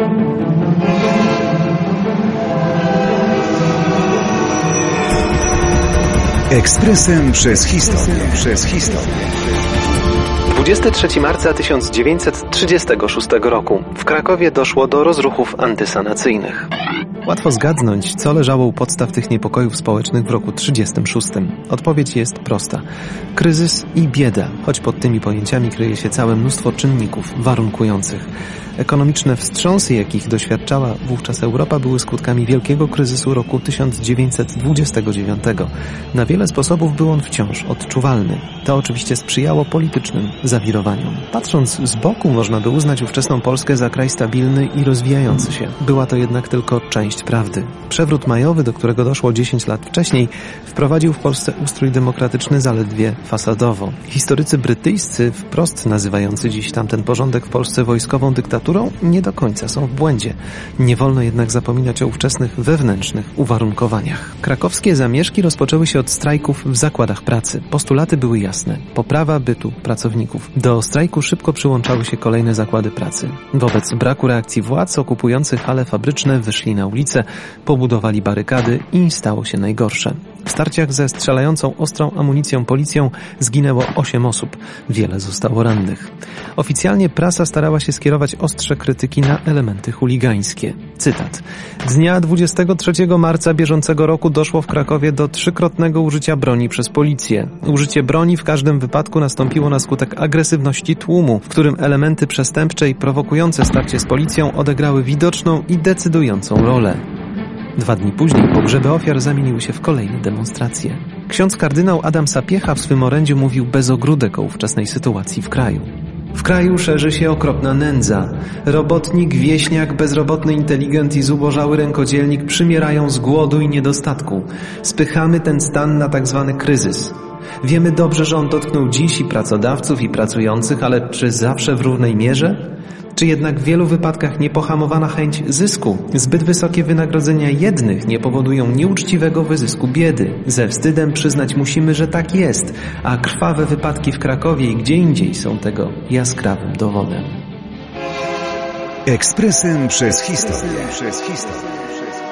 Ekspresem przez historię. 23 marca 1936 roku w Krakowie doszło do rozruchów antysanacyjnych. Łatwo zgadnąć, co leżało u podstaw tych niepokojów społecznych w roku 1936. Odpowiedź jest prosta. Kryzys i bieda, choć pod tymi pojęciami kryje się całe mnóstwo czynników warunkujących. Ekonomiczne wstrząsy, jakich doświadczała wówczas Europa, były skutkami wielkiego kryzysu roku 1929. Na wiele sposobów był on wciąż odczuwalny. To oczywiście sprzyjało politycznym zawirowaniom. Patrząc z boku, można by uznać ówczesną Polskę za kraj stabilny i rozwijający się. Była to jednak tylko część prawdy. Przewrót majowy, do którego doszło 10 lat wcześniej, wprowadził w Polsce ustrój demokratyczny zaledwie fasadowo. Historycy brytyjscy, wprost nazywający dziś tamten porządek w Polsce wojskową dyktaturą, nie do końca są w błędzie. Nie wolno jednak zapominać o ówczesnych wewnętrznych uwarunkowaniach. Krakowskie zamieszki rozpoczęły się od strajków w zakładach pracy. Postulaty były jasne. Poprawa bytu pracowników. Do strajku szybko przyłączały się kolejne zakłady pracy. Wobec braku reakcji władz okupujący hale fabryczne wyszli na ulicę, pobudowali barykady i stało się najgorsze. W starciach ze strzelającą ostrą amunicją policją zginęło 8 osób. Wiele zostało rannych. Oficjalnie prasa starała się skierować ostrze krytyki na elementy chuligańskie. Cytat. Dnia 23 marca bieżącego roku doszło w Krakowie do 3-krotnego użycia broni przez policję. Użycie broni w każdym wypadku nastąpiło na skutek agresywności tłumu, w którym elementy przestępcze i prowokujące starcie z policją odegrały widoczną i decydującą rolę. 2 dni później pogrzeby ofiar zamieniły się w kolejne demonstracje. Ksiądz kardynał Adam Sapiecha w swym orędziu mówił bez ogródek o ówczesnej sytuacji w kraju. W kraju szerzy się okropna nędza. Robotnik, wieśniak, bezrobotny inteligent i zubożały rękodzielnik przymierają z głodu i niedostatku. Spychamy ten stan na tak zwany kryzys. Wiemy dobrze, że on dotknął dziś i pracodawców, i pracujących, ale czy zawsze w równej mierze? Czy jednak w wielu wypadkach niepohamowana chęć zysku, zbyt wysokie wynagrodzenia jednych nie powodują nieuczciwego wyzysku biedy? Ze wstydem przyznać musimy, że tak jest, a krwawe wypadki w Krakowie i gdzie indziej są tego jaskrawym dowodem. Ekspresem przez historię.